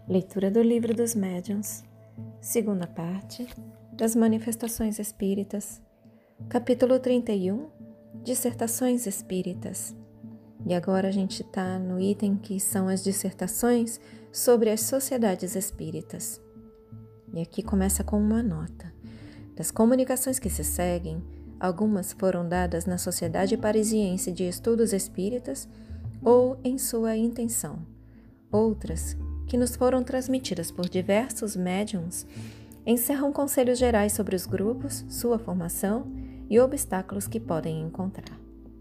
Leitura do Livro dos Médiuns, segunda parte, das Manifestações Espíritas, capítulo 31, Dissertações Espíritas. E agora a gente está no item que são as dissertações sobre as sociedades espíritas. E aqui começa com uma nota. Das comunicações que se seguem, algumas foram dadas na Sociedade Parisiense de Estudos Espíritas ou em sua intenção. Outras, que nos foram transmitidas por diversos médiuns, encerram conselhos gerais sobre os grupos, sua formação e obstáculos que podem encontrar.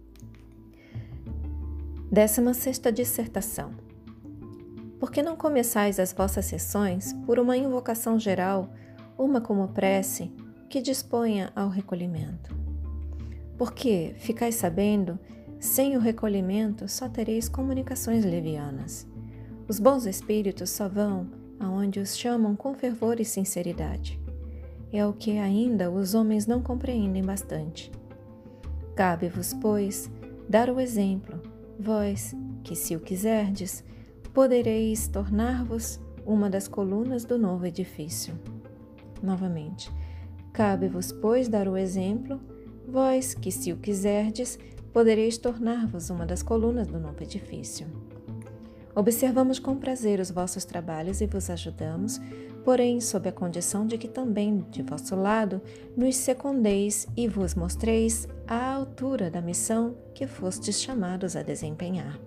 16ª dissertação. Por que não começais as vossas sessões por uma invocação geral, uma como prece, que disponha ao recolhimento? Porque, ficais sabendo, sem o recolhimento só tereis comunicações levianas. Os bons espíritos só vão aonde os chamam com fervor e sinceridade. É o que ainda os homens não compreendem bastante. Cabe-vos, pois, dar o exemplo, vós, que se o quiserdes, podereis tornar-vos uma das colunas do novo edifício. Novamente, cabe-vos, pois, dar o exemplo, vós, que se o quiserdes, podereis tornar-vos uma das colunas do novo edifício. Observamos com prazer os vossos trabalhos e vos ajudamos, porém sob a condição de que também, de vosso lado, nos secundeis e vos mostreis à altura da missão que fostes chamados a desempenhar.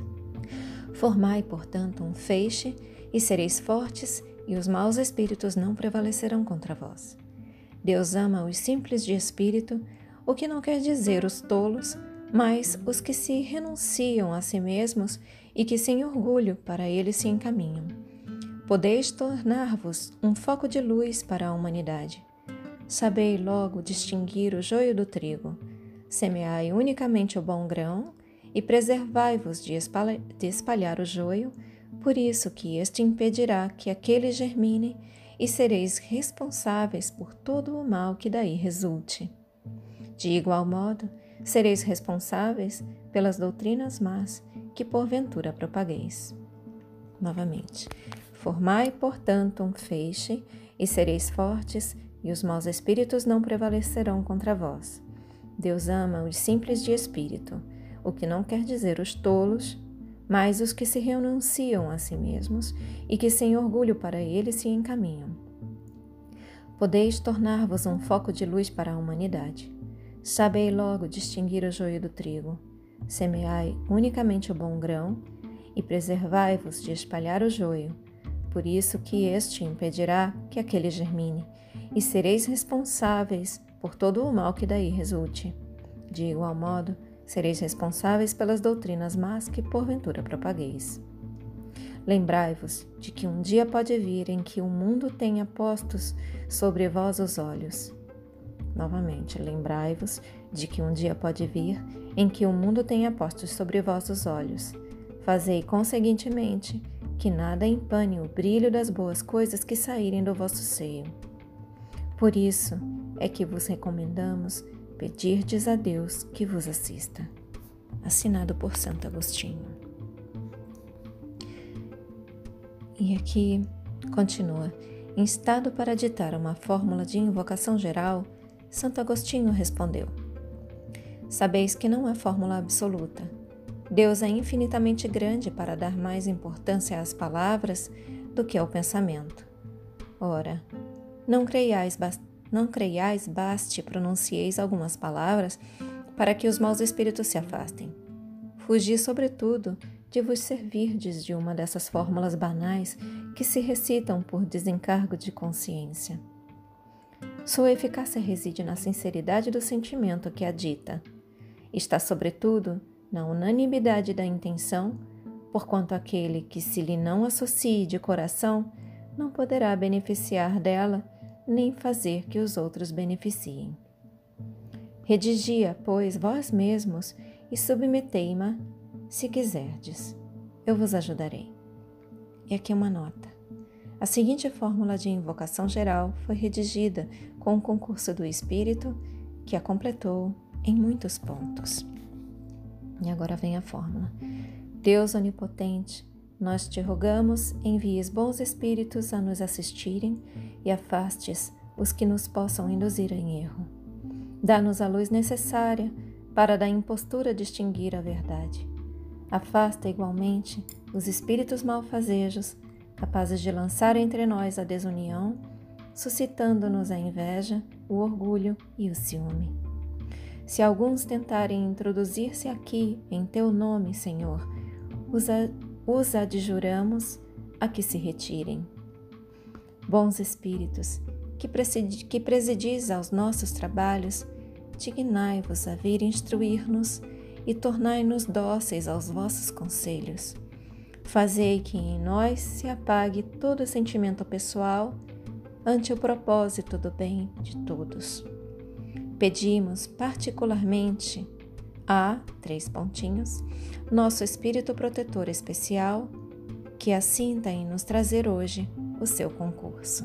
Formai, portanto, um feixe e sereis fortes, e os maus espíritos não prevalecerão contra vós. Deus ama os simples de espírito, o que não quer dizer os tolos, mas os que se renunciam a si mesmos e que sem orgulho para ele se encaminham. Podeis tornar-vos um foco de luz para a humanidade. Sabei logo distinguir o joio do trigo. Semeai unicamente o bom grão e preservai-vos de espalhar o joio, por isso que este impedirá que aquele germine e sereis responsáveis por todo o mal que daí resulte. De igual modo, sereis responsáveis pelas doutrinas más que porventura propagueis. Novamente, formai, portanto, um feixe e sereis fortes, e os maus espíritos não prevalecerão contra vós. Deus ama os simples de espírito, o que não quer dizer os tolos, mas os que se renunciam a si mesmos e que sem orgulho para ele se encaminham. Podeis tornar-vos um foco de luz para a humanidade. Sabei logo distinguir o joio do trigo. Semeai unicamente o bom grão e preservai-vos de espalhar o joio, por isso que este impedirá que aquele germine, e sereis responsáveis por todo o mal que daí resulte. De igual modo, sereis responsáveis pelas doutrinas más que porventura propagueis. Lembrai-vos de que um dia pode vir em que o mundo tenha postos sobre vós os olhos. Novamente, lembrai-vos de que um dia pode vir em que o mundo tenha postos sobre vossos olhos. Fazei, conseguintemente, que nada empane o brilho das boas coisas que saírem do vosso seio. Por isso é que vos recomendamos pedirdes a Deus que vos assista. Assinado por Santo Agostinho. E aqui continua. Instado para ditar uma fórmula de invocação geral, Santo Agostinho respondeu: Sabeis que não há fórmula absoluta. Deus é infinitamente grande para dar mais importância às palavras do que ao pensamento. Ora, não creiais baste pronuncieis algumas palavras para que os maus espíritos se afastem. Fugi, sobretudo, de vos servirdes de uma dessas fórmulas banais que se recitam por desencargo de consciência. Sua eficácia reside na sinceridade do sentimento que a dita. Está, sobretudo, na unanimidade da intenção, porquanto aquele que se lhe não associe de coração não poderá beneficiar dela, nem fazer que os outros beneficiem. Redigi-a, pois, vós mesmos e submetei-ma, se quiserdes. Eu vos ajudarei. E aqui uma nota. A seguinte fórmula de invocação geral foi redigida com o concurso do Espírito, que a completou em muitos pontos. E agora vem a fórmula. Deus onipotente, nós te rogamos, envies bons espíritos a nos assistirem e afastes os que nos possam induzir em erro. Dá-nos a luz necessária para da impostura distinguir a verdade. Afasta igualmente os espíritos malfazejos, capazes de lançar entre nós a desunião, suscitando-nos a inveja, o orgulho e o ciúme. Se alguns tentarem introduzir-se aqui em teu nome, Senhor, os adjuramos a que se retirem. Bons espíritos, que presidis aos nossos trabalhos, dignai-vos a vir instruir-nos e tornai-nos dóceis aos vossos conselhos. Fazei que em nós se apague todo sentimento pessoal ante o propósito do bem de todos. Pedimos particularmente a nosso Espírito Protetor especial, que assinta em nos trazer hoje o seu concurso.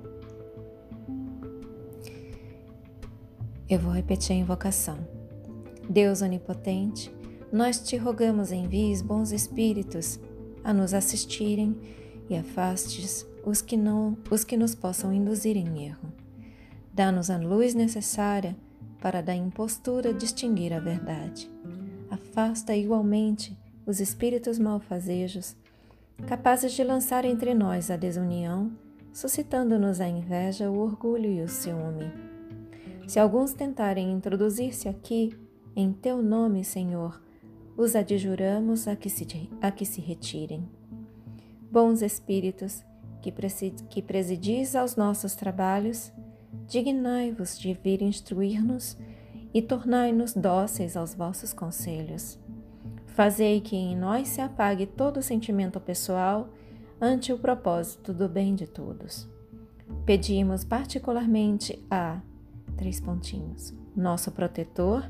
Eu vou repetir a invocação. Deus onipotente, nós te rogamos envies bons espíritos a nos assistirem e afastes os que nos possam induzir em erro. Dá-nos a luz necessária para da impostura distinguir a verdade. Afasta igualmente os espíritos malfazejos, capazes de lançar entre nós a desunião, suscitando-nos a inveja, o orgulho e o ciúme. Se alguns tentarem introduzir-se aqui, em teu nome, Senhor, os adjuramos a que se retirem. Bons espíritos, que presidis aos nossos trabalhos, dignai-vos de vir instruir-nos e tornai-nos dóceis aos vossos conselhos. Fazei que em nós se apague todo sentimento pessoal ante o propósito do bem de todos. Pedimos particularmente a nosso protetor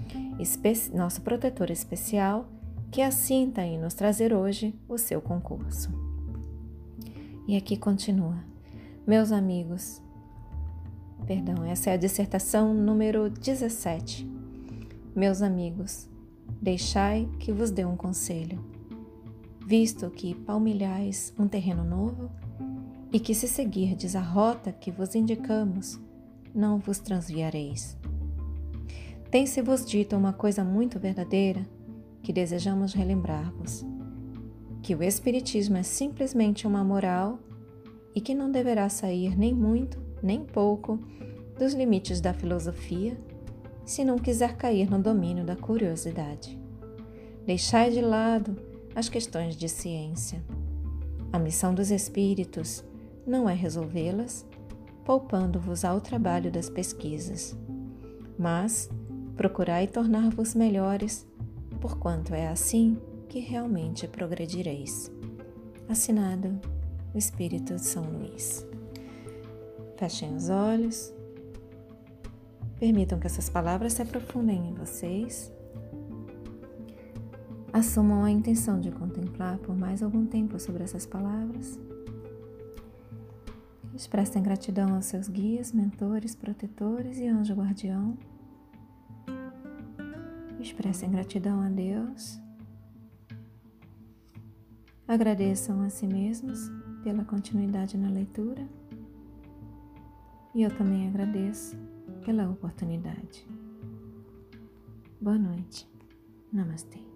especial, que assinta em nos trazer hoje o seu concurso. E aqui continua. Meus amigos, essa é a dissertação número 17. Meus amigos, deixai que vos dê um conselho. Visto que palmilhais um terreno novo, e que se seguirdes a rota que vos indicamos, não vos transviareis. Tem-se-vos dito uma coisa muito verdadeira, que desejamos relembrar-vos, que o Espiritismo é simplesmente uma moral e que não deverá sair nem muito, nem pouco, dos limites da filosofia, se não quiser cair no domínio da curiosidade. Deixai de lado as questões de ciência. A missão dos espíritos não é resolvê-las, poupando-vos ao trabalho das pesquisas, mas procurai tornar-vos melhores, porquanto é assim que realmente progredireis. Assinado o Espírito de São Luís. Fechem os olhos, permitam que essas palavras se aprofundem em vocês, assumam a intenção de contemplar por mais algum tempo sobre essas palavras, expressem gratidão aos seus guias, mentores, protetores e anjo guardião, expressem gratidão a Deus, agradeçam a si mesmos pela continuidade na leitura e eu também agradeço pela oportunidade. Boa noite. Namastê.